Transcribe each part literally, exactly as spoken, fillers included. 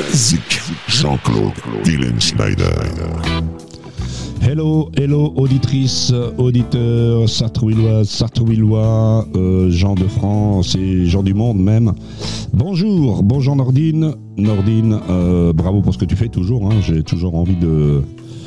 Zik, Jean-Claude Dylan Schneider. Hello, hello, auditrices, auditeurs, sartrouvilloises, sartrouvillois, euh, gens de France et gens du monde même. Bonjour, bonjour Nordine. Nordine, euh, bravo pour ce que tu fais toujours. Hein. J'ai toujours envie de,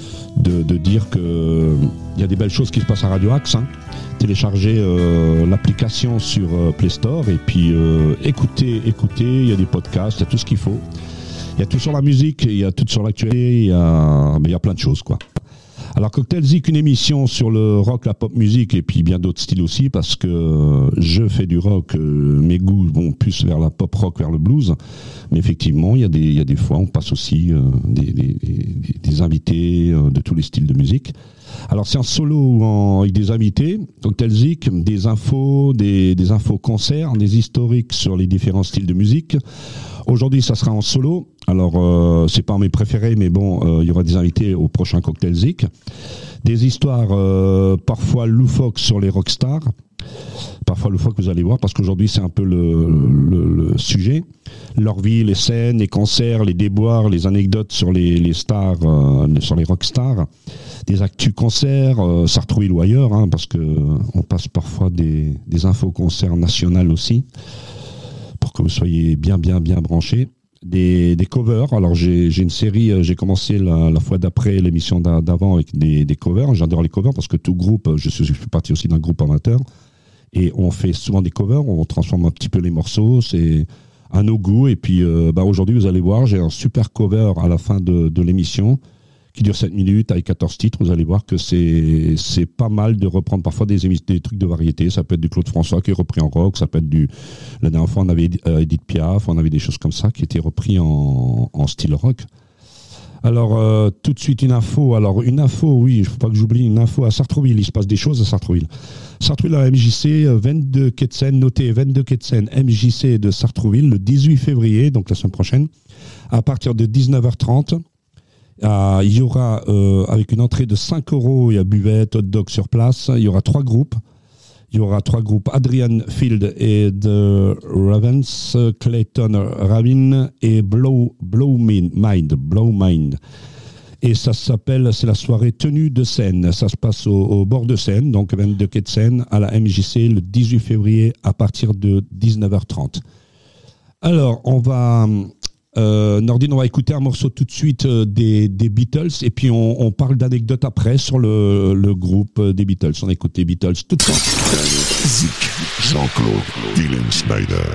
de, de dire que il y a des belles choses qui se passent à Radio Axe. Hein. Télécharger euh, l'application sur euh, Play Store et puis euh, écoutez, écoutez, il y a des podcasts, il y a tout ce qu'il faut. Il y a tout sur la musique, il y a tout sur l'actualité, il y a, mais il y a plein de choses, quoi. Alors Cocktail Zik, une émission sur le rock, la pop musique et puis bien d'autres styles aussi, parce que je fais du rock, euh, mes goûts vont plus vers la pop rock, vers le blues, mais effectivement il y a des, il y a des fois on passe aussi euh, des, des, des, des invités euh, de tous les styles de musique. Alors c'est en solo ou en, avec des invités, Cocktail Zik, des infos, des, des infos concerts, des historiques sur les différents styles de musique. Aujourd'hui, ça sera en solo. Alors, euh, c'est pas mes préférés, mais bon, euh, il y aura des invités au prochain Cocktail Zik. Des histoires euh, parfois loufoques sur les rockstars. Parfois loufoques, vous allez voir, parce qu'aujourd'hui, c'est un peu le, le, le sujet. Leur vie, les scènes, les concerts, les déboires, les anecdotes sur les, les stars, euh, sur les rockstars. Des actus concerts, euh, Sartrouville ou ailleurs, hein, parce que on passe parfois des, des infos concerts nationales aussi, pour que vous soyez bien, bien, bien branchés. Des, des covers. Alors, j'ai, j'ai une série, j'ai commencé la, la fois d'après l'émission d'avant avec des, des covers. J'adore les covers parce que tout groupe, je, suis, je fais partie aussi d'un groupe amateur, et on fait souvent des covers, on transforme un petit peu les morceaux, c'est à nos goûts. Et puis, euh, bah, aujourd'hui, vous allez voir, j'ai un super cover à la fin de, de l'émission qui dure sept minutes avec quatorze titres. Vous allez voir que c'est, c'est pas mal de reprendre parfois des, émis- des trucs de variété. Ça peut être du Claude François qui est repris en rock, ça peut être du, la dernière fois on avait euh, Edith Piaf, on avait des choses comme ça qui étaient repris en, en style rock. Alors, euh, tout de suite une info. Alors, une info, oui, il ne faut pas que j'oublie une info à Sartrouville. Il se passe des choses à Sartrouville. Sartrouville à M J C, vingt-deux quai de Seine, notez vingt-deux quai de Seine, M J C de Sartrouville, le dix-huit février, donc la semaine prochaine, à partir de dix-neuf heures trente. Euh, il y aura, euh, avec une entrée de cinq euros, il y a buvette, hot dog sur place. Il y aura trois groupes. Il y aura trois groupes, Adrian Field et The Ravens, Clayton Ravin et Blow, Blow Mind, Blow Mind. Et ça s'appelle, c'est la soirée tenue de scène. Ça se passe au, au bord de Seine, donc vingt-deux quai de Seine, à la M J C, le dix-huit février, à partir de dix-neuf heures trente. Alors, on va... Euh, Nordine, on va écouter un morceau tout de suite euh, des, des Beatles et puis on, on parle d'anecdotes après sur le, le groupe des Beatles. On écoute les Beatles tout de suite. Zik, Jean-Claude Dylan Schneider.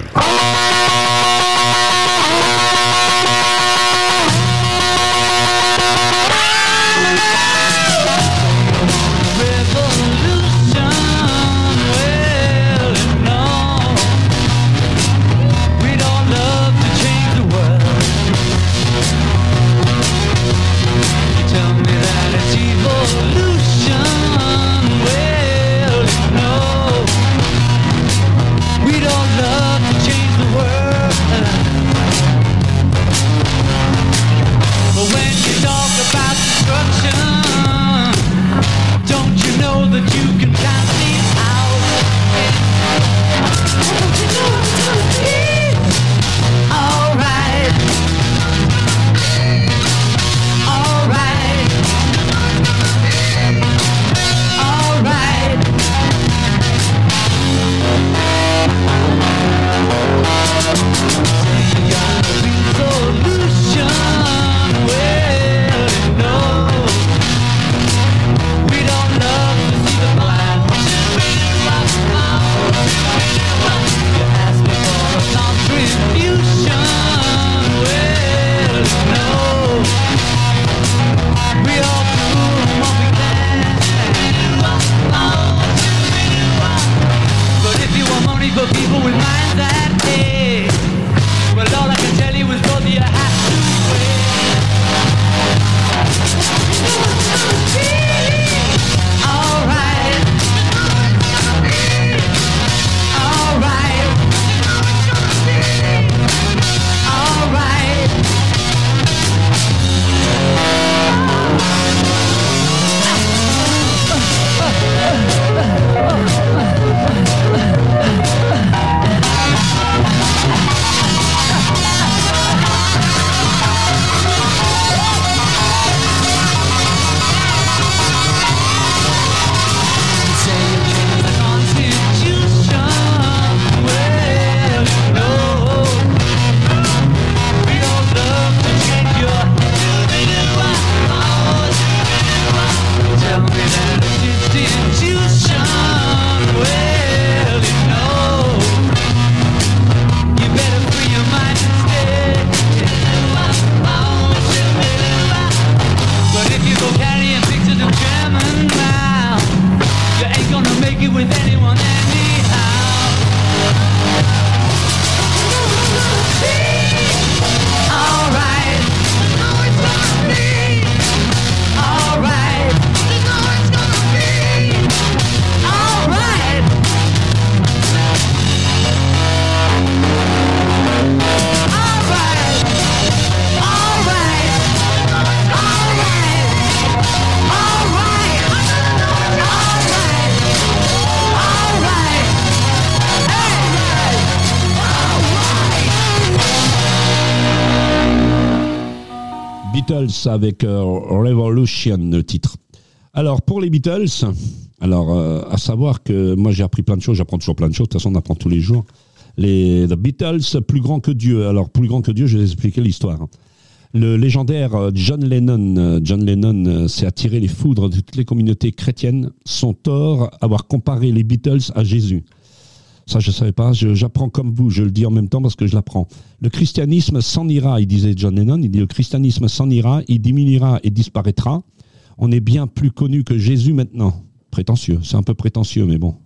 Beatles avec euh, Revolution, le titre. Alors, pour les Beatles, alors, euh, à savoir que moi j'ai appris plein de choses, j'apprends toujours plein de choses, de toute façon on apprend tous les jours. Les The Beatles, plus grand que Dieu. Alors, plus grand que Dieu, je vais vous expliquer l'histoire. Le légendaire John Lennon, John Lennon s'est attiré les foudres de toutes les communautés chrétiennes, son tort avoir comparé les Beatles à Jésus. Ça, je ne savais pas, je, j'apprends comme vous, je le dis en même temps parce que je l'apprends. Le christianisme s'en ira, il disait John Lennon, il dit le christianisme s'en ira, il diminuera et disparaîtra. On est bien plus connu que Jésus maintenant. Prétentieux, c'est un peu prétentieux, mais bon.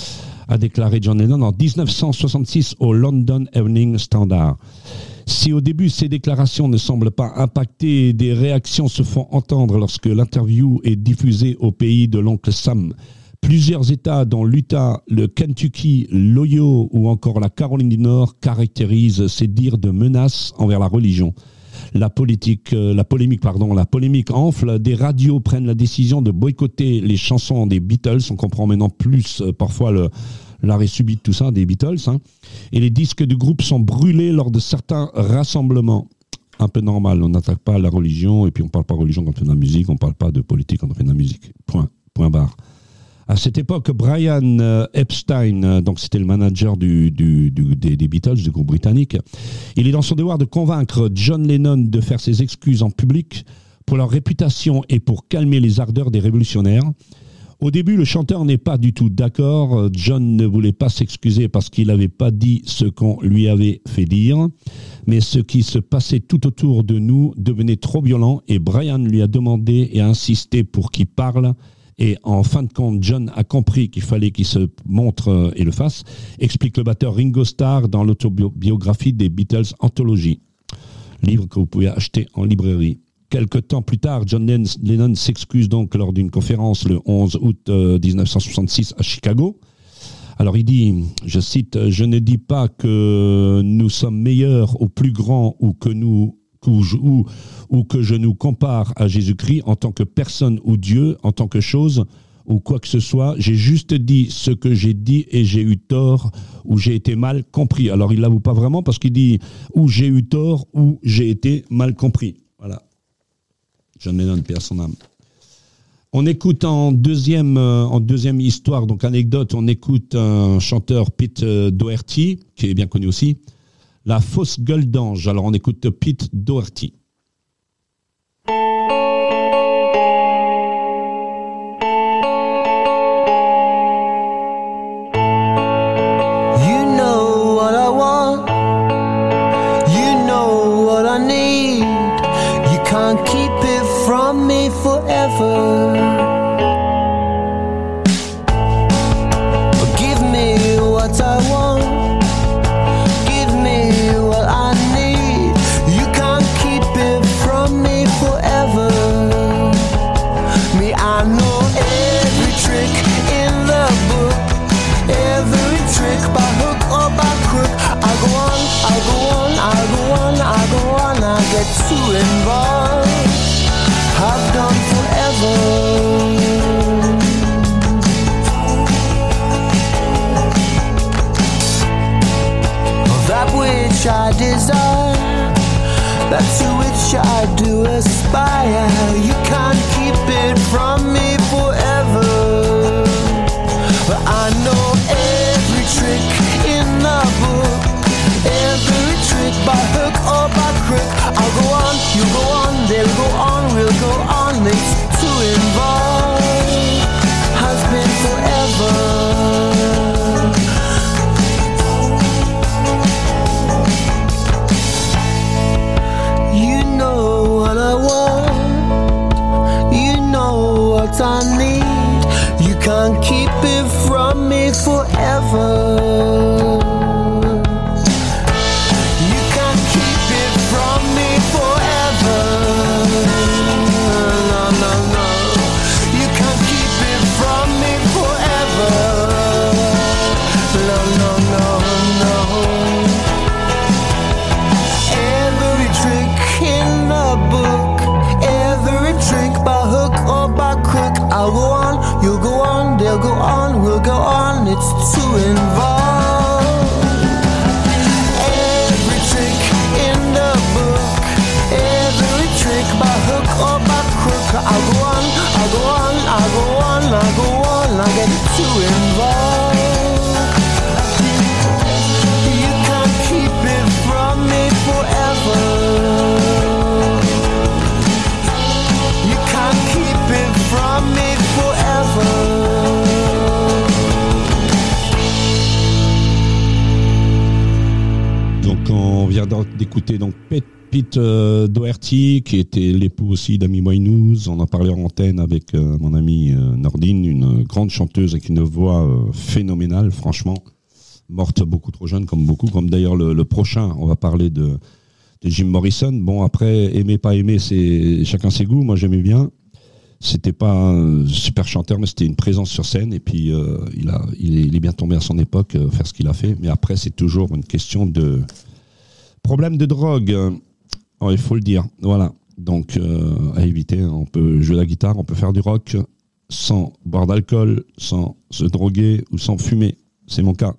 A déclaré John Lennon en dix-neuf cent soixante-six au London Evening Standard. Si au début ces déclarations ne semblent pas impacter, des réactions se font entendre lorsque l'interview est diffusée au pays de l'oncle Sam. Plusieurs États, dont l'Utah, le Kentucky, l'Ohio ou encore la Caroline du Nord, caractérisent ces dires de menaces envers la religion. La politique, euh, la polémique, pardon, la polémique enfle. Des radios prennent la décision de boycotter les chansons des Beatles. On comprend maintenant plus euh, parfois le, l'arrêt subit de tout ça des Beatles. Hein. Et les disques du groupe sont brûlés lors de certains rassemblements. Un peu normal. On n'attaque pas la religion et puis on parle pas religion quand on fait de la musique. On parle pas de politique quand on fait de la musique. Point. Point barre. À cette époque, Brian Epstein, donc c'était le manager du, du, du, des, des Beatles, du groupe britannique, il est dans son devoir de convaincre John Lennon de faire ses excuses en public pour leur réputation et pour calmer les ardeurs des révolutionnaires. Au début, le chanteur n'est pas du tout d'accord. John ne voulait pas s'excuser parce qu'il n'avait pas dit ce qu'on lui avait fait dire. Mais ce qui se passait tout autour de nous devenait trop violent et Brian lui a demandé et a insisté pour qu'il parle. Et en fin de compte, John a compris qu'il fallait qu'il se montre et le fasse, explique le batteur Ringo Starr dans l'autobiographie des Beatles Anthology, livre que vous pouvez acheter en librairie. Quelque temps plus tard, John Lennon s'excuse donc lors d'une conférence le onze août dix-neuf cent soixante-six à Chicago. Alors il dit, je cite, « Je ne dis pas que nous sommes meilleurs ou plus grands ou que nous... Ou, ou, ou que je nous compare à Jésus-Christ en tant que personne ou Dieu, en tant que chose ou quoi que ce soit. J'ai juste dit ce que j'ai dit et j'ai eu tort ou j'ai été mal compris. » Alors il ne l'avoue pas vraiment parce qu'il dit ou j'ai eu tort ou j'ai été mal compris. Voilà. John Lennon, paix à son âme. On écoute en deuxième, euh, en deuxième histoire, donc anecdote, on écoute un chanteur Pete Doherty, qui est bien connu aussi. La fausse gueule d'ange. Alors on écoute Pete Doherty. You know what I want. You know what I need. You can't keep it from me forever. Give me what I want. Too involved, I've done forever. That which I desire, that to which I do aspire, you can't keep it from me forever. But I know every trick in the book, every trick by hook or by crook. I'll go on, you go on, they'll go on, we'll go on. It's too involved, has been forever. You know what I want, you know what I need. You can't keep it from me forever. I'll go on, you'll go on, they'll go on, we'll go on. It's too involved. On vient d'écouter donc Pete, Pete euh, Doherty, qui était l'époux aussi d'Amy Winehouse. On en parlait en antenne avec euh, mon amie euh, Nordine, une grande chanteuse avec une voix euh, phénoménale, franchement. Morte beaucoup trop jeune, comme beaucoup, comme d'ailleurs le, le prochain. On va parler de, de Jim Morrison. Bon, après, aimer, pas aimer, c'est chacun ses goûts. Moi, j'aimais bien. C'était pas un super chanteur, mais c'était une présence sur scène. Et puis, euh, il, a, il, est, il est bien tombé à son époque, euh, faire ce qu'il a fait. Mais après, c'est toujours une question de problème de drogue. Oh, il faut le dire. Voilà. Donc, euh, à éviter. On peut jouer la guitare, on peut faire du rock sans boire d'alcool, sans se droguer ou sans fumer. C'est mon cas.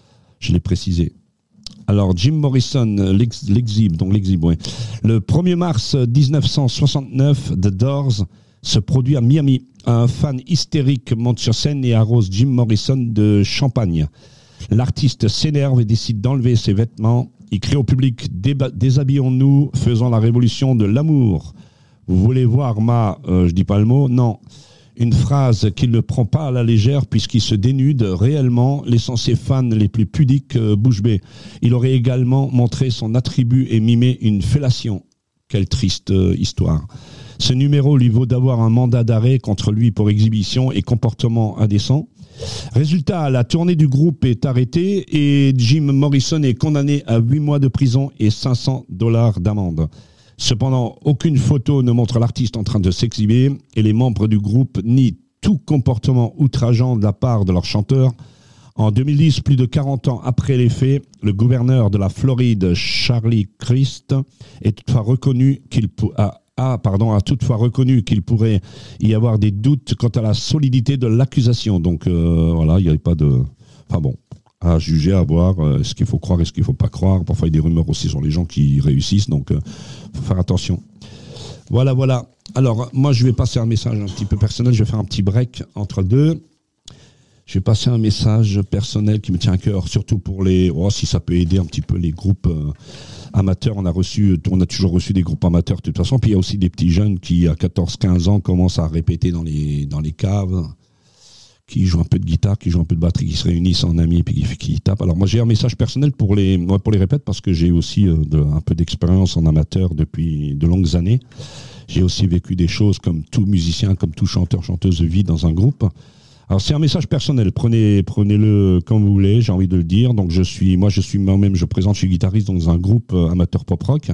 Je l'ai précisé. Alors, Jim Morrison, l'ex, l'exhib, donc l'exhib, oui. Le premier mars dix-neuf cent soixante-neuf, The Doors se produit à Miami. Un fan hystérique monte sur scène et arrose Jim Morrison de champagne. L'artiste s'énerve et décide d'enlever ses vêtements. Il crie au public « Déshabillons-nous, faisons la révolution de l'amour. Vous voulez voir ma... Euh, je dis pas le mot, non. » Une phrase qu'il ne prend pas à la légère puisqu'il se dénude réellement, laissant ses fans les plus pudiques euh, bouche bée. Il aurait également montré son attribut et mimé une fellation. Quelle triste euh, histoire. Ce numéro lui vaut d'avoir un mandat d'arrêt contre lui pour exhibition et comportement indécent. Résultat, la tournée du groupe est arrêtée et Jim Morrison est condamné à huit mois de prison et cinq cents dollars d'amende. Cependant, aucune photo ne montre l'artiste en train de s'exhiber et les membres du groupe nient tout comportement outrageant de la part de leur chanteur. En deux mille dix, plus de quarante ans après les faits, le gouverneur de la Floride, Charlie Crist, est toutefois reconnu qu'il a, a, pardon, a toutefois reconnu qu'il pourrait y avoir des doutes quant à la solidité de l'accusation. Donc euh, voilà, il n'y avait pas de... Enfin bon, à juger, à voir, euh, est-ce qu'il faut croire, est-ce qu'il ne faut pas croire. Parfois, il y a des rumeurs aussi sur les gens qui réussissent, donc il euh, faut faire attention. Voilà, voilà. Alors, moi, je vais passer un message un petit peu personnel. Je vais faire un petit break entre deux. Je vais passer un message personnel qui me tient à cœur, surtout pour les... Oh, si ça peut aider un petit peu les groupes euh, amateurs. On a reçu, on a toujours reçu des groupes amateurs de toute façon. Puis il y a aussi des petits jeunes qui, à quatorze quinze ans, commencent à répéter dans les, dans les caves, qui jouent un peu de guitare, qui jouent un peu de batterie, qui se réunissent en amis et puis qui, qui tapent. Alors moi, j'ai un message personnel pour les, pour les répètes parce que j'ai aussi euh, de, un peu d'expérience en amateur depuis de longues années. J'ai aussi vécu des choses comme tout musicien, comme tout chanteur, chanteuse vit dans un groupe. Alors c'est un message personnel, prenez, prenez-le comme vous voulez, j'ai envie de le dire. Donc je suis, moi je suis moi-même, je présente, je suis guitariste dans un groupe amateur pop rock.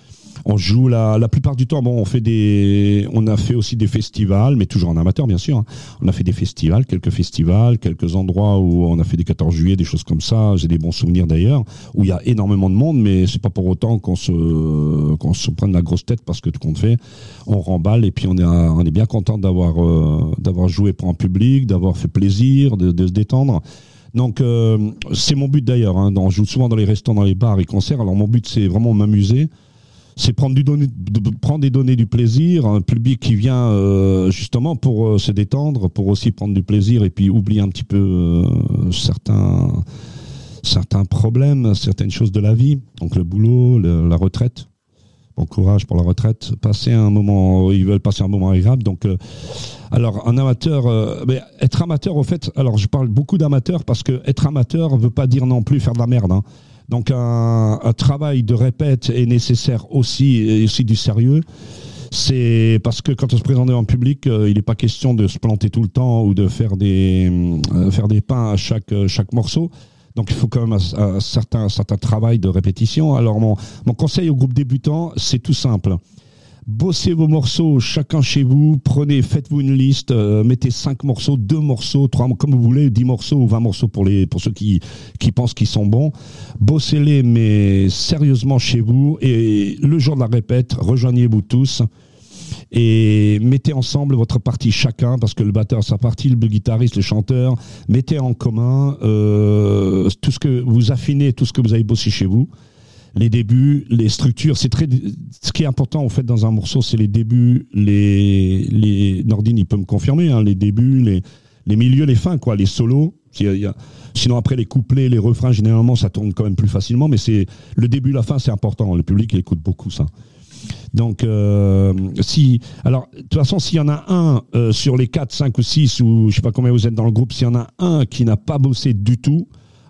On joue la, la plupart du temps, bon, on fait des, on a fait aussi des festivals, mais toujours en amateur bien sûr. Hein. On a fait des festivals, quelques festivals, quelques endroits où on a fait des quatorze juillet, des choses comme ça. J'ai des bons souvenirs d'ailleurs, où il y a énormément de monde, mais c'est pas pour autant qu'on se, qu'on se prenne la grosse tête parce que tout compte fait, on remballe et puis on est, on est bien content d'avoir, euh, d'avoir joué pour un public, d'avoir fait plaisir, de, de se détendre. Donc euh, c'est mon but d'ailleurs. Hein. On joue souvent dans les restaurants, dans les bars et concerts. Alors mon but c'est vraiment m'amuser. C'est prendre, du donné, de, prendre et donner du plaisir, un public qui vient euh, justement pour euh, se détendre, pour aussi prendre du plaisir et puis oublier un petit peu euh, certains, certains problèmes, certaines choses de la vie, donc le boulot, le, la retraite. Bon courage pour la retraite. Passer un moment, ils veulent passer un moment agréable. Donc, euh, alors un amateur, euh, mais être amateur au fait, alors je parle beaucoup d'amateurs parce que être amateur veut pas dire non plus faire de la merde. Hein. Donc un, un travail de répète est nécessaire aussi, et aussi du sérieux. C'est parce que quand on se présente en public, euh, il n'est pas question de se planter tout le temps ou de faire des euh, faire des pains à chaque chaque morceau. Donc il faut quand même un, un certain certain travail de répétition. Alors mon mon conseil au groupe débutant, c'est tout simple. Bossez vos morceaux chacun chez vous, prenez, faites-vous une liste, euh, mettez cinq morceaux, deux morceaux, trois, comme vous voulez, dix morceaux ou vingt morceaux pour les pour ceux qui qui pensent qu'ils sont bons. Bossez-les mais sérieusement chez vous et le jour de la répète, rejoignez-vous tous et mettez ensemble votre partie chacun parce que le batteur a sa partie, le guitariste, le chanteur, mettez en commun euh, tout ce que vous affinez, tout ce que vous avez bossé chez vous. Les débuts, les structures, c'est très. Ce qui est important en fait dans un morceau, c'est les débuts, les les. Nordine, il peut me confirmer, hein, les débuts, les les milieux, les fins, quoi, les solos. Il y a, il y a, sinon après les couplets, les refrains, généralement ça tourne quand même plus facilement, mais c'est le début, la fin, c'est important. Le public il écoute beaucoup ça. Donc euh, si, alors de toute façon, s'il y en a un euh, sur les quatre, cinq ou six ou je sais pas combien vous êtes dans le groupe, s'il y en a un qui n'a pas bossé du tout.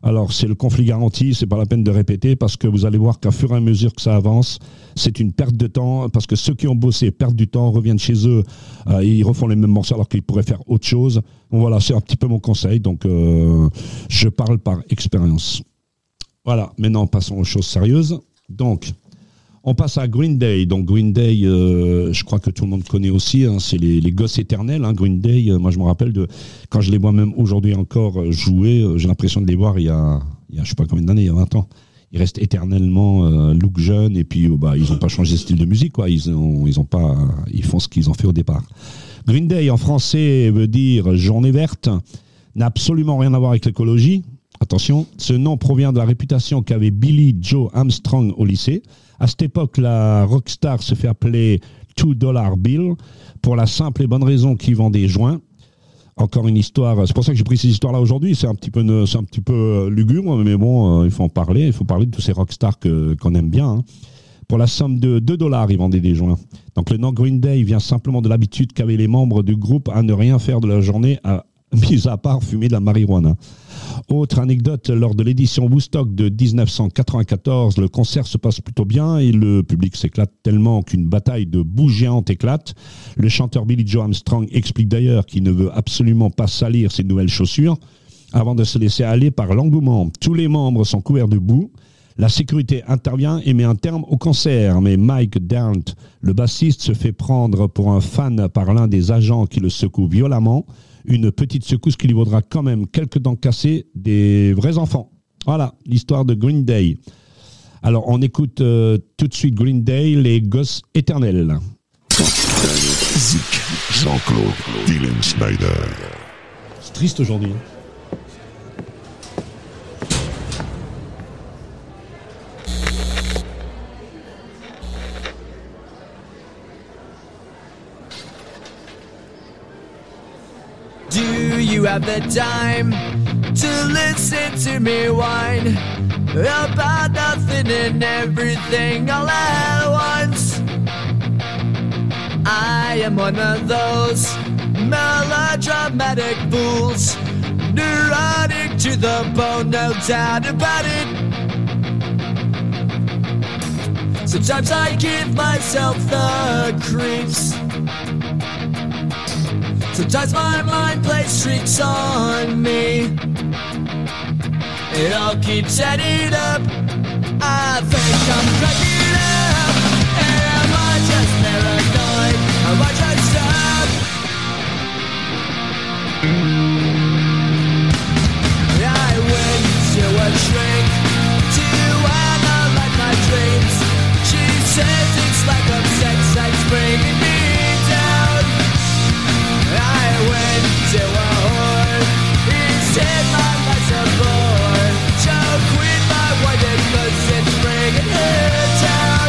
Alors c'est le conflit garanti, c'est pas la peine de répéter parce que vous allez voir qu'à fur et à mesure que ça avance, c'est une perte de temps parce que ceux qui ont bossé perdent du temps, reviennent chez eux, euh, ils refont les mêmes morceaux alors qu'ils pourraient faire autre chose. Donc voilà, c'est un petit peu mon conseil, donc euh, je parle par expérience. Voilà, maintenant passons aux choses sérieuses. Donc, on passe à Green Day. Donc Green Day, euh, je crois que tout le monde connaît aussi, hein, c'est les, les gosses éternels. Hein, Green Day, euh, moi je me rappelle de quand je les vois même aujourd'hui encore euh, jouer, euh, j'ai l'impression de les voir il y a, il y a je sais pas combien d'années, il y a vingt ans. Ils restent éternellement euh, look jeune et puis euh, bah ils ont pas changé de style de musique quoi. Ils ont, ils ont pas, ils font ce qu'ils ont fait au départ. Green Day en français veut dire journée verte, n'a absolument rien à voir avec l'écologie. Attention, ce nom provient de la réputation qu'avait Billy Joe Armstrong au lycée. À cette époque, la rockstar se fait appeler Two Dollar Bill pour la simple et bonne raison qu'il vend des joints. Encore une histoire, c'est pour ça que j'ai pris ces histoires-là aujourd'hui, c'est un petit peu, c'est un petit peu lugubre, mais bon, euh, il faut en parler, il faut parler de tous ces rockstars que, qu'on aime bien. Hein. Pour la somme de deux dollars, ils vendaient des joints. Donc le nom Green Day vient simplement de l'habitude qu'avaient les membres du groupe à ne rien faire de la journée, à, mis à part fumer de la marijuana. Autre anecdote, lors de l'édition Woodstock de dix-neuf cent quatre-vingt-quatorze, le concert se passe plutôt bien et le public s'éclate tellement qu'une bataille de boules géantes éclate. Le chanteur Billy Joe Armstrong explique d'ailleurs qu'il ne veut absolument pas salir ses nouvelles chaussures avant de se laisser aller par l'engouement. Tous les membres sont couverts de boue. La sécurité intervient et met un terme au concert, mais Mike Dirnt, le bassiste, se fait prendre pour un fan par l'un des agents qui le secoue violemment. Une petite secousse qui lui vaudra quand même quelques dents cassées des vrais enfants. Voilà, l'histoire de Green Day. Alors, on écoute euh, tout de suite Green Day, les gosses éternels. Zik, Jean-Claude Dylan Schneider. C'est triste aujourd'hui. Hein. Do you have the time to listen to me whine about nothing and everything all at once? I am one of those melodramatic fools, neurotic to the bone, no doubt about it. Sometimes I give myself the creeps. Sometimes my mind plays tricks on me. It all keeps adding up. I think I'm cracking up. Am I just paranoid? Am I just up? I went to a shrink to analyze my dreams. She says it's like a sex that's bringing me down. I went to a whore. He said my life's a bore. So quit my wife because it's bringing her down.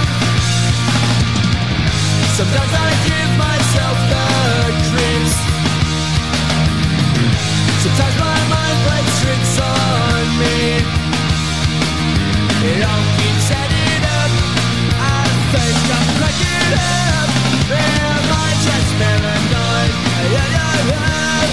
Sometimes I give myself the creeps. Sometimes my mind plays tricks on me. It all keeps adding up. I think I'm cracking up. Am I just paranoid? Yeah, yeah, yeah.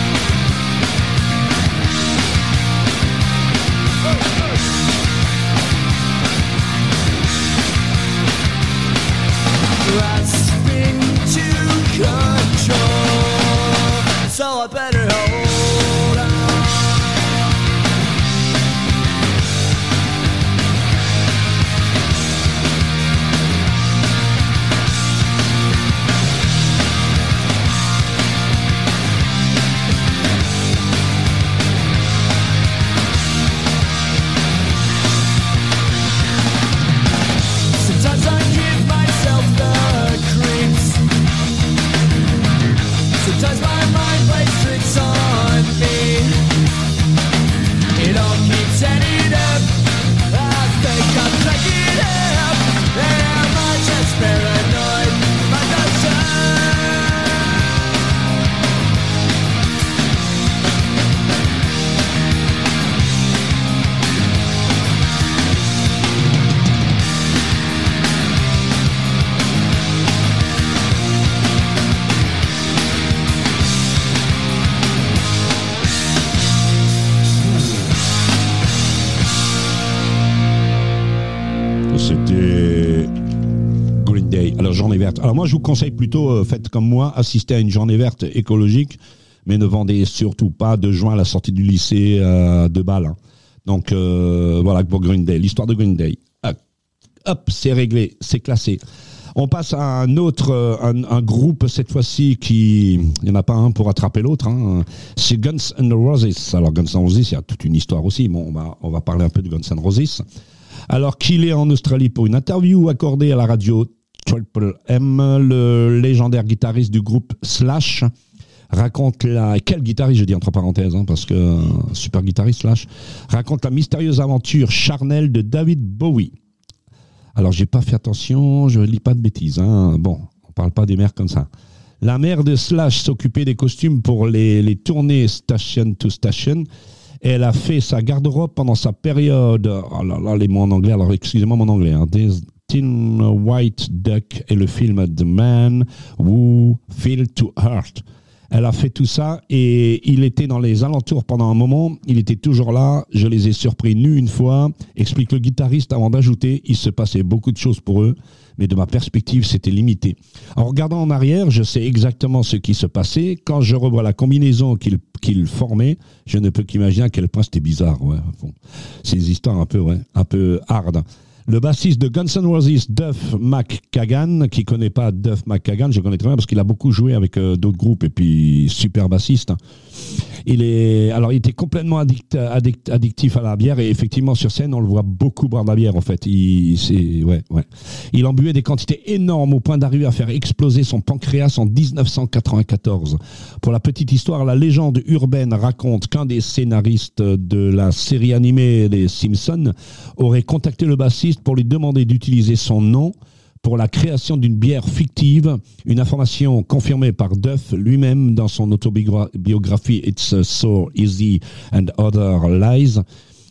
Grasping to control, so I better hold on. c'était Green Day. Alors, journée verte. Alors, moi, je vous conseille plutôt, euh, faites comme moi, assistez à une journée verte écologique, mais ne vendez surtout pas de joints à la sortie du lycée à deux balles. Hein. Donc, euh, voilà pour Green Day, l'histoire de Green Day. Hop, hop, c'est réglé, c'est classé. On passe à un autre, un, un groupe cette fois-ci qui, il n'y en a pas un pour attraper l'autre. Hein. C'est Guns N' Roses. Alors Guns N' Roses, il y a toute une histoire aussi. Bon, on va, on va parler un peu de Guns N' Roses. Alors qu'il est en Australie pour une interview accordée à la radio Triple M, le légendaire guitariste du groupe Slash raconte la... Quel guitariste, je dis entre parenthèses, hein, parce que euh, super guitariste Slash, raconte la mystérieuse aventure charnelle de David Bowie. Alors, j'ai pas fait attention, je lis pas de bêtises. Hein. Bon, on parle pas des mères comme ça. La mère de Slash s'occupait des costumes pour les, les tournées Station to Station. Elle a fait sa garde-robe pendant sa période... Oh là là, les mots en anglais, alors excusez-moi mon anglais. Hein. Thin White Duck et le film The Man Who Fell to Earth. Elle a fait tout ça et il était dans les alentours pendant un moment. Il était toujours là. Je les ai surpris nus une fois. Explique le guitariste avant d'ajouter. Il se passait beaucoup de choses pour eux, mais de ma perspective, c'était limité. En regardant en arrière, je sais exactement ce qui se passait. Quand je revois la combinaison qu'il qu'il formait, je ne peux qu'imaginer à quel point c'était bizarre. Ouais. Bon, c'est des histoires un peu, ouais, un peu hard. Le bassiste de Guns N' Roses, Duff McKagan, qui ne connaît pas Duff McKagan, je connais très bien parce qu'il a beaucoup joué avec euh, d'autres groupes et puis super bassiste. Il est, alors il était complètement addict, addict, addictif à la bière et effectivement sur scène on le voit beaucoup boire de la bière en fait. Il, c'est, ouais, ouais. Il en buvait des quantités énormes au point d'arriver à faire exploser son pancréas en dix-neuf cent quatre-vingt-quatorze. Pour la petite histoire, la légende urbaine raconte qu'un des scénaristes de la série animée des Simpsons aurait contacté le bassiste pour lui demander d'utiliser son nom pour la création d'une bière fictive, une information confirmée par Duff lui-même dans son autobiographie It's So Easy and Other Lies,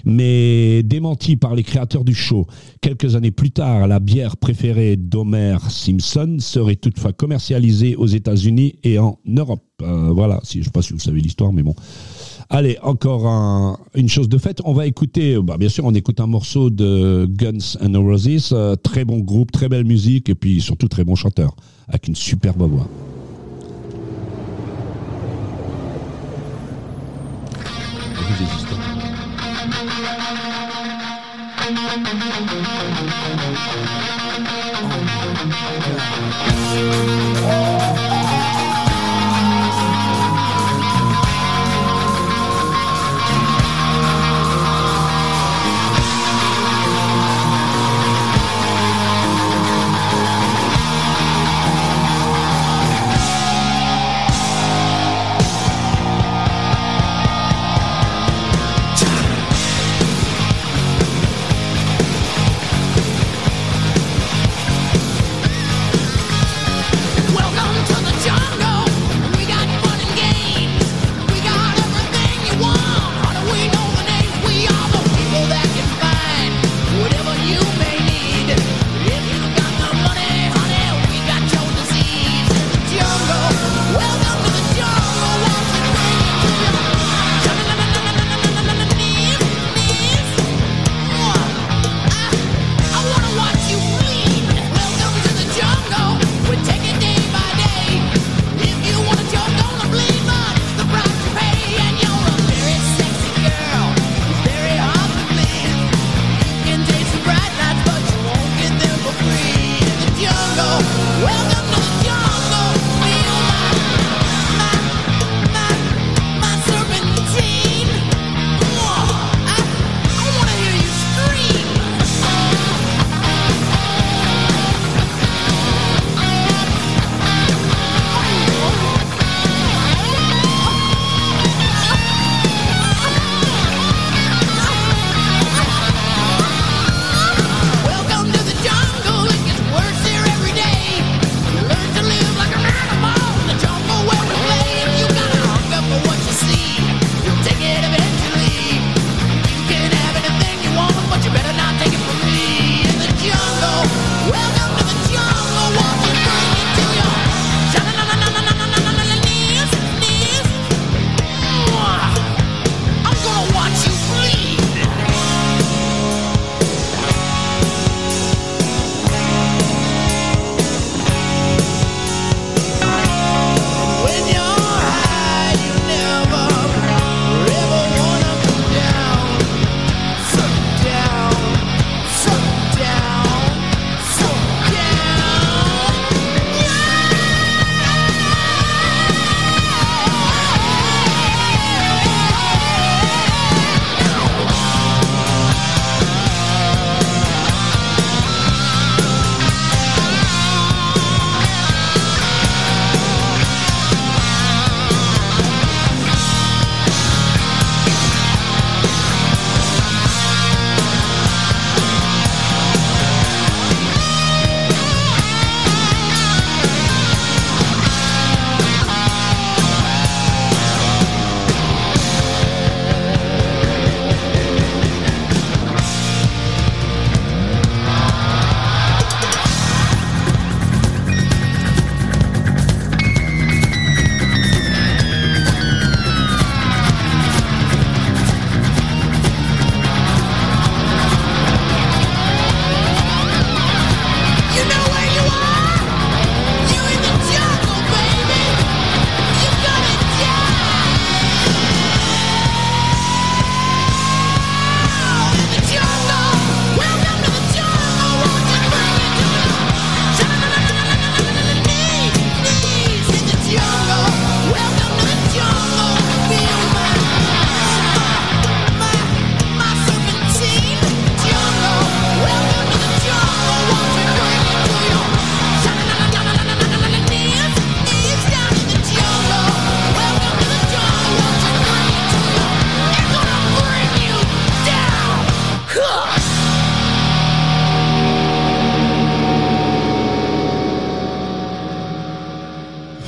mais démentie par les créateurs du show. Quelques années plus tard, la bière préférée d'Homer Simpson serait toutefois commercialisée aux États-Unis et en Europe. Euh, voilà, si, je ne sais pas si vous savez l'histoire, mais bon. Allez, encore un, une chose de fait, on va écouter, bah bien sûr on écoute un morceau de Guns N' Roses, euh, très bon groupe, très belle musique et puis surtout très bon chanteur, avec une superbe voix. Welcome to the jungle.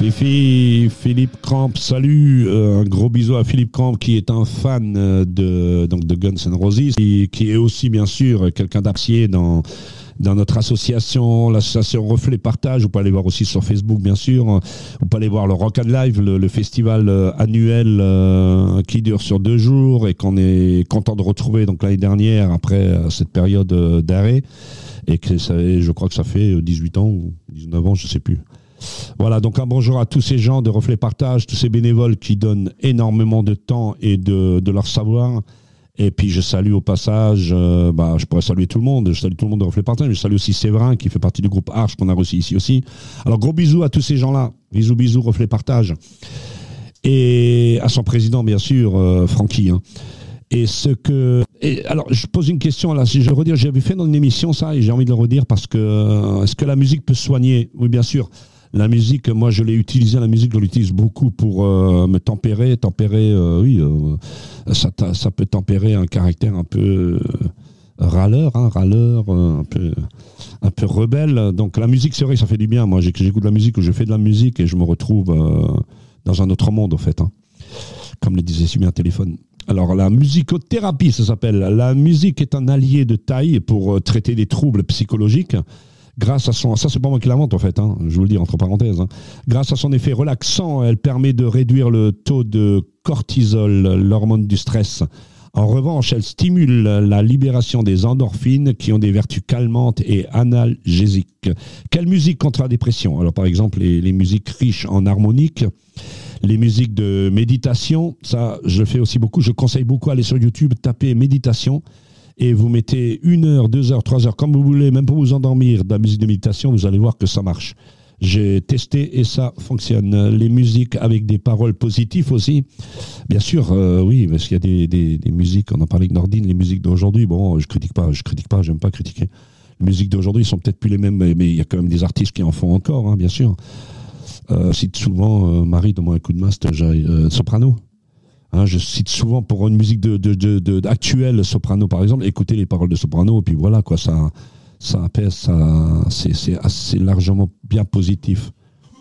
les filles, Philippe Cramp, salut, euh, un gros bisou à Philippe Cramp qui est un fan de, donc de Guns N' Roses, et qui est aussi bien sûr quelqu'un d'apprécié dans, dans notre association, l'association Reflet Partage. Vous pouvez aller voir aussi sur Facebook bien sûr, vous pouvez aller voir le Rock and Live, le, le festival annuel euh, qui dure sur deux jours et qu'on est content de retrouver donc l'année dernière après cette période d'arrêt. Et que ça, je crois que ça fait dix-huit ans ou dix-neuf ans, je ne sais plus. Voilà, donc un bonjour à tous ces gens de Reflet Partage, tous ces bénévoles qui donnent énormément de temps et de, de leur savoir. Et puis je salue au passage, euh, bah, je pourrais saluer tout le monde, je salue tout le monde de Reflet Partage, mais je salue aussi Séverin qui fait partie du groupe Arche qu'on a reçu ici aussi. Alors gros bisous à tous ces gens-là, bisous bisous Reflet Partage. Et à son président bien sûr, euh, Francky, hein. Et ce que, et alors je pose une question là, si je veux redire, j'avais fait dans une émission ça et j'ai envie de le redire parce que euh, est-ce que la musique peut soigner? Oui bien sûr, la musique, moi je l'ai utilisée, la musique je l'utilise beaucoup pour euh, me tempérer, tempérer, euh, oui, euh, ça, ça peut tempérer un caractère un peu euh, râleur, hein, râleur, euh, un peu, un peu rebelle. Donc la musique c'est vrai que ça fait du bien. Moi j'écoute de la musique, je fais de la musique et je me retrouve euh, dans un autre monde en fait, hein, comme le disait si bien téléphone. Alors, la musicothérapie, ça s'appelle. La musique est un allié de taille pour euh, traiter des troubles psychologiques. Grâce à son... Ça, c'est pas moi qui l'invente, en fait, hein, je vous le dis entre parenthèses. Hein. Grâce à son effet relaxant, elle permet de réduire le taux de cortisol, l'hormone du stress. En revanche, elle stimule la libération des endorphines qui ont des vertus calmantes et analgésiques. Quelle musique contre la dépression? Alors, par exemple, les, les musiques riches en harmonique, les musiques de méditation, ça, je le fais aussi beaucoup. Je conseille beaucoup d'aller sur YouTube, taper méditation et vous mettez une heure, deux heures, trois heures, comme vous voulez, même pour vous endormir, de la musique de méditation, vous allez voir que ça marche. J'ai testé et ça fonctionne. Les musiques avec des paroles positives aussi. Bien sûr, euh, oui, parce qu'il y a des, des, des musiques, on en parlait avec Nordine, les musiques d'aujourd'hui, bon, je critique pas, je critique pas, j'aime pas critiquer. Les musiques d'aujourd'hui sont peut-être plus les mêmes, mais, mais il y a quand même des artistes qui en font encore, hein, bien sûr. Euh, cite souvent, euh, Marie, donne-moi un coup de main, euh, soprano. Hein, je cite souvent pour une musique de, de, de, de, actuelle, soprano par exemple, écoutez les paroles de soprano, et puis voilà, quoi, ça, ça apaise, ça, c'est, c'est assez largement bien positif.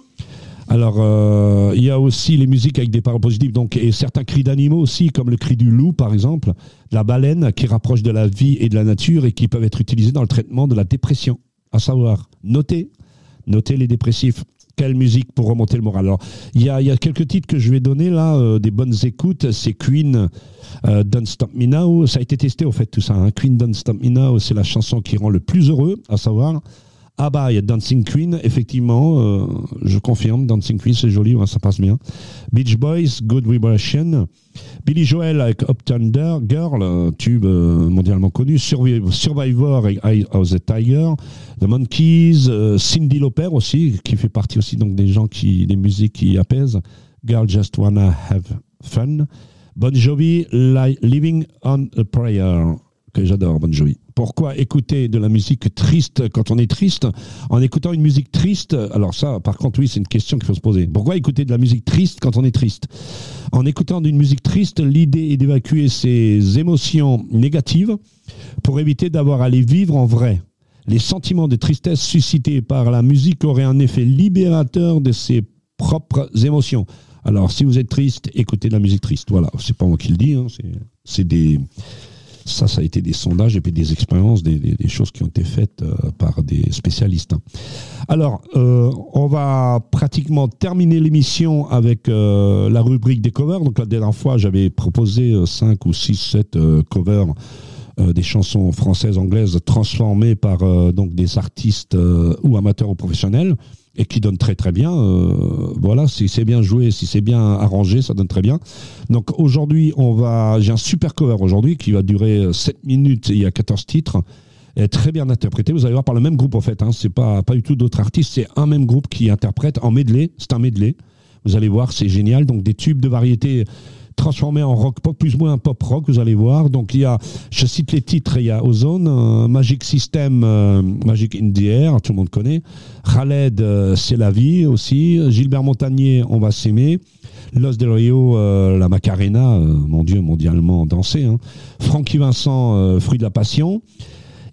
Alors, euh, il y a aussi les musiques avec des paroles positives, donc, et certains cris d'animaux aussi, comme le cri du loup par exemple, la baleine, qui rapproche de la vie et de la nature et qui peuvent être utilisés dans le traitement de la dépression. À savoir, notez, notez les dépressifs. Quelle musique pour remonter le moral. Alors, il y a, y a quelques titres que je vais donner là, euh, des bonnes écoutes. C'est Queen, euh, Don't Stop Me Now. Ça a été testé, au fait, tout ça. Hein. Queen, Don't Stop Me Now, c'est la chanson qui rend le plus heureux, à savoir. Ah bah, il y a Dancing Queen, effectivement, euh, je confirme. Dancing Queen, c'est joli, ouais, ça passe bien. Beach Boys, Good Vibration. Billy Joel avec Uptown Girl, tube euh, mondialement connu. Survivor, Survivor avec Eye of the Tiger. The Monkees, euh, Cyndi Lauper aussi, qui fait partie aussi donc des gens qui, des musiques qui apaisent. Girl Just Wanna Have Fun. Bon Jovi, li- Living on a Prayer, que j'adore, Bon Jovi. Pourquoi écouter de la musique triste quand on est triste? En écoutant une musique triste, alors ça, par contre, oui, c'est une question qu'il faut se poser. Pourquoi écouter de la musique triste quand on est triste? En écoutant une musique triste, l'idée est d'évacuer ses émotions négatives pour éviter d'avoir à les vivre en vrai. Les sentiments de tristesse suscités par la musique auraient un effet libérateur de ses propres émotions. Alors, si vous êtes triste, écoutez de la musique triste. Voilà, c'est pas moi qui le dis, hein, c'est, c'est des... Ça, ça a été des sondages et puis des expériences, des, des, des choses qui ont été faites euh, par des spécialistes. Hein. Alors, euh, on va pratiquement terminer l'émission avec euh, la rubrique des covers. Donc, la dernière fois, j'avais proposé euh, cinq ou six, sept euh, covers euh, des chansons françaises, anglaises, transformées par euh, donc des artistes euh, ou amateurs ou professionnels, et qui donne très très bien. Euh, voilà, si c'est bien joué, si c'est bien arrangé, ça donne très bien. Donc aujourd'hui, on va, j'ai un super cover aujourd'hui qui va durer sept minutes et il y a quatorze titres. Et très bien interprété. Vous allez voir par le même groupe en fait. Hein. C'est pas pas du tout d'autres artistes, c'est un même groupe qui interprète en medley. C'est un medley. Vous allez voir, c'est génial. Donc des tubes de variété transformés en rock pop, plus ou moins un pop rock, vous allez voir. Donc il y a, je cite les titres, il y a Ozone, euh, Magic System, euh, Magic in the Air, tout le monde connaît. Khaled, euh, C'est la vie aussi. Gilbert Montagnier, On va s'aimer. Los Del Rio, euh, la Macarena, euh, mon Dieu, mondialement dansé. Hein. Francky Vincent, euh, Fruit de la passion.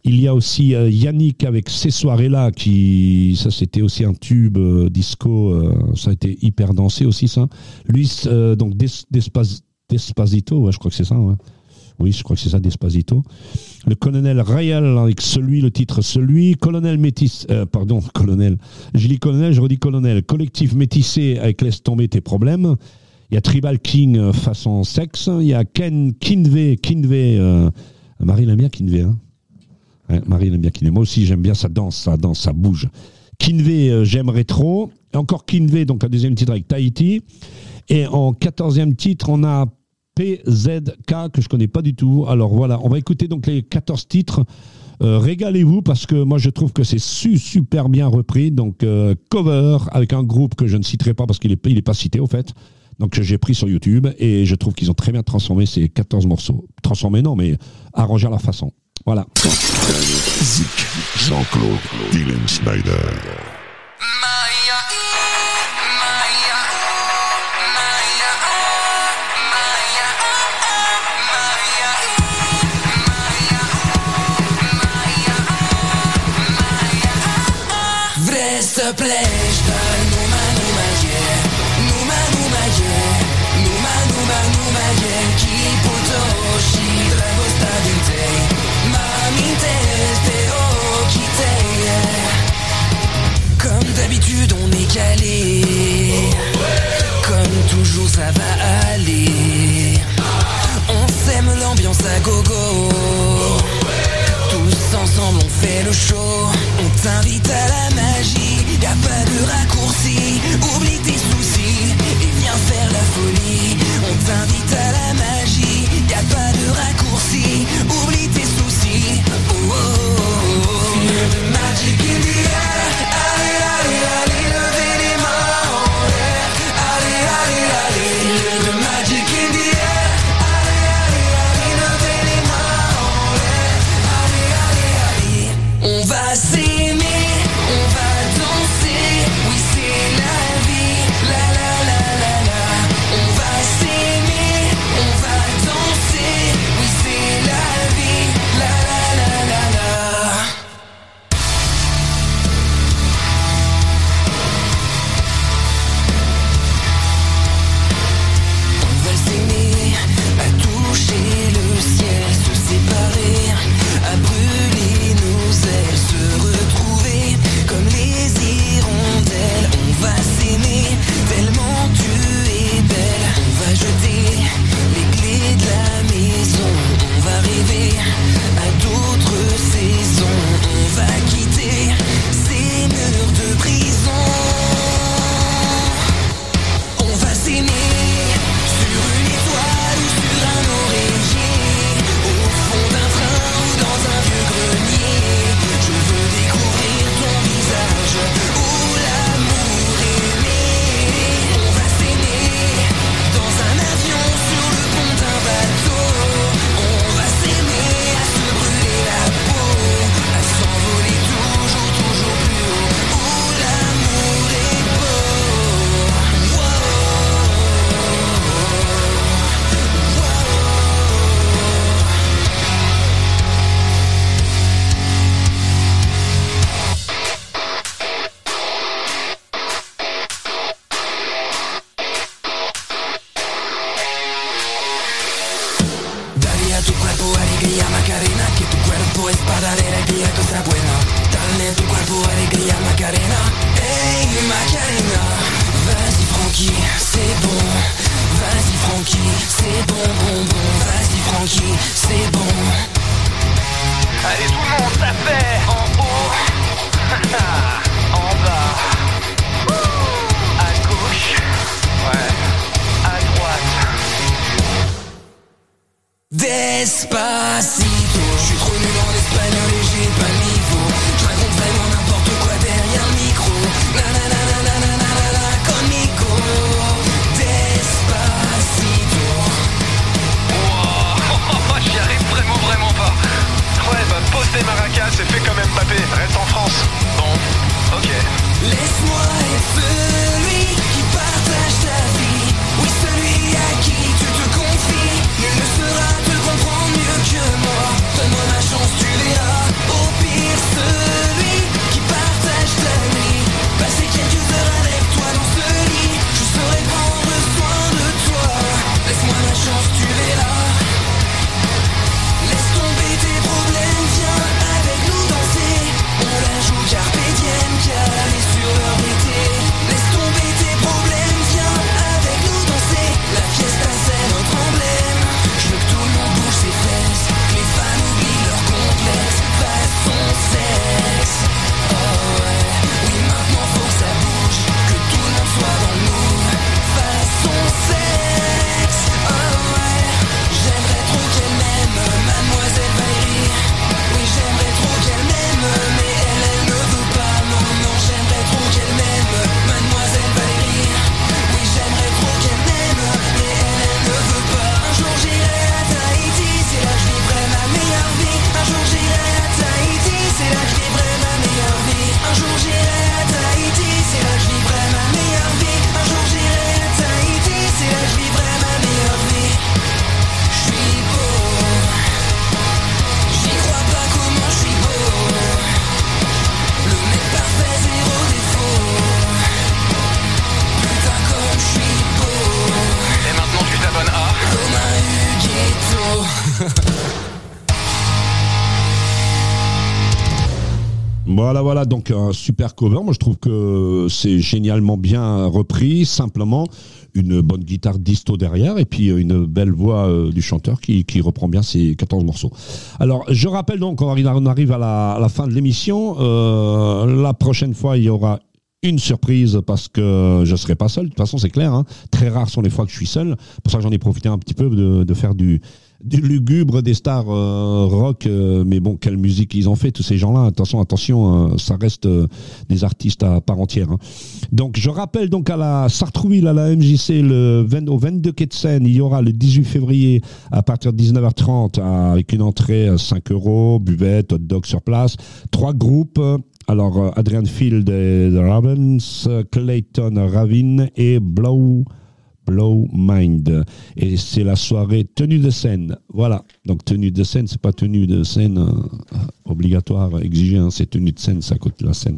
Il y a aussi euh, Yannick avec Ces soirées-là, qui, ça c'était aussi un tube euh, disco, euh, ça a été hyper dansé aussi ça. Lui, euh, donc Des, Despas, Despacito, ouais, je crois que c'est ça, ouais. Oui, je crois que c'est ça, Despacito. Le colonel Rayal avec celui, le titre celui. Colonel Métis, euh, pardon, colonel. Je dis colonel, je redis colonel. Collectif Métissé avec Laisse tomber tes problèmes. Il y a Tribal King euh, façon sexe. Il y a Ken Kinvey, Kinvey. Euh, Marie l'aime bien Kinvey, hein. Ouais, Marie aime bien Kinvey. Moi aussi, j'aime bien, ça danse, ça danse, ça bouge. Kinvey, euh, j'aime rétro. Et encore Kinvey, donc un deuxième titre avec Tahiti. Et en quatorzième titre, on a P Z K, que je connais pas du tout. Alors voilà, on va écouter donc les quatorze titres. Euh, régalez-vous, parce que moi, je trouve que c'est su, super bien repris. Donc, euh, cover avec un groupe que je ne citerai pas parce qu'il est, il est pas cité, au fait. Donc, j'ai pris sur YouTube et je trouve qu'ils ont très bien transformé ces quatorze morceaux. Transformé, non, mais arrangé à leur façon. Voilà. Zik, Jean-Claude, Dylan Schneider. S'il te plaît, j'donne Nouma, Nouma, yeah. Nouma, Nouma, yeah. Nouma, Nouma, Nouma, yeah. Qui poto, shi, drago stadinte. Maminte, steo, quitte, yeah. Comme d'habitude, on est calé. Comme toujours, ça va aller. On sème l'ambiance à gogo. Tous ensemble, on fait le show. On t'invite à la magie. Y'a pas de raccourci, oublie tes soucis et viens faire la folie. On t'invite à la magie, y'a pas de raccourci, oublie tes soucis. Oh oh oh oh. Feel the magic in the air. Allez, allez, allez, levez les mains en l'air. Allez, allez, allez. Feel the magic in the air. Allez, allez, allez, levez les mains en l'air. Allez, allez, allez. On va s'aimer. Despacito, je suis trop nul en espagnol et j'ai pas le niveau. Je raconte vraiment n'importe quoi derrière le micro. Na na na na na na na na na conmigo. Despacito. Wow, j'y arrive vraiment vraiment pas. Ouais bah pose des maracas et fais comme Mbappé, reste en France. Bon. Voilà, voilà, donc un super cover. Moi, je trouve que c'est génialement bien repris. Simplement, une bonne guitare disto derrière et puis une belle voix euh, du chanteur qui, qui reprend bien ces quatorze morceaux. Alors, je rappelle donc, on arrive à la, à la fin de l'émission. Euh, la prochaine fois, il y aura une surprise parce que je ne serai pas seul. De toute façon, c'est clair. Hein. Très rares sont les fois que je suis seul. Pour ça que j'en ai profité un petit peu de, de faire du... du lugubre des stars euh, rock, euh, mais bon, quelle musique ils ont fait tous ces gens-là. Attention, attention, euh, ça reste euh, des artistes à part entière. Hein. Donc, je rappelle donc à la Sartrouville, à la M J C, le vingt, au vingt-deux quai de Seine, il y aura le dix-huit février à partir de dix-neuf heures trente à, avec une entrée à cinq euros, buvette, hot dog sur place, trois groupes. Alors, euh, Adrian Field et The Ravens, Clayton Ravin et Blow. Blow Mind. Et c'est la soirée tenue de scène. Voilà. Donc tenue de scène, c'est pas tenue de scène euh, obligatoire, exigée, hein, c'est tenue de scène, ça coûte la scène.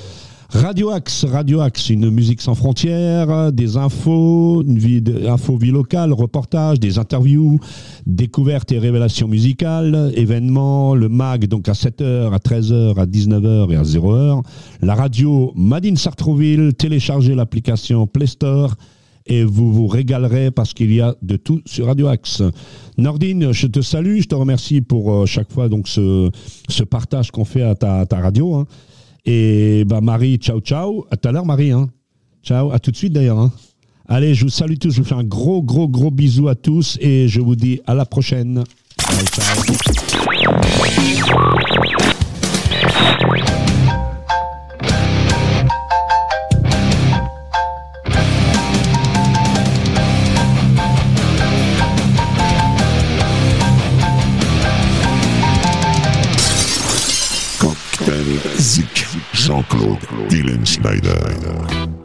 Radio Axe, Radio Axe, une musique sans frontières, des infos, une vie de, info vie locale, reportages, des interviews, découvertes et révélations musicales, événements, le mag donc à sept heures, à treize heures, à dix-neuf heures et à zéro heure. La radio Made in Sartrouville, téléchargez l'application Play Store et vous vous régalerez parce qu'il y a de tout sur Radio Axe. Nordine, je te salue, je te remercie pour euh, chaque fois donc ce, ce partage qu'on fait à ta, à ta radio. Hein. Et bah Marie, ciao ciao. À tout à l'heure Marie. Hein. Ciao, à tout de suite d'ailleurs. Hein. Allez, je vous salue tous, je vous fais un gros gros gros bisou à tous et je vous dis à la prochaine. Ciao, ciao. Zik, Jean-Claude Dylan Schneider.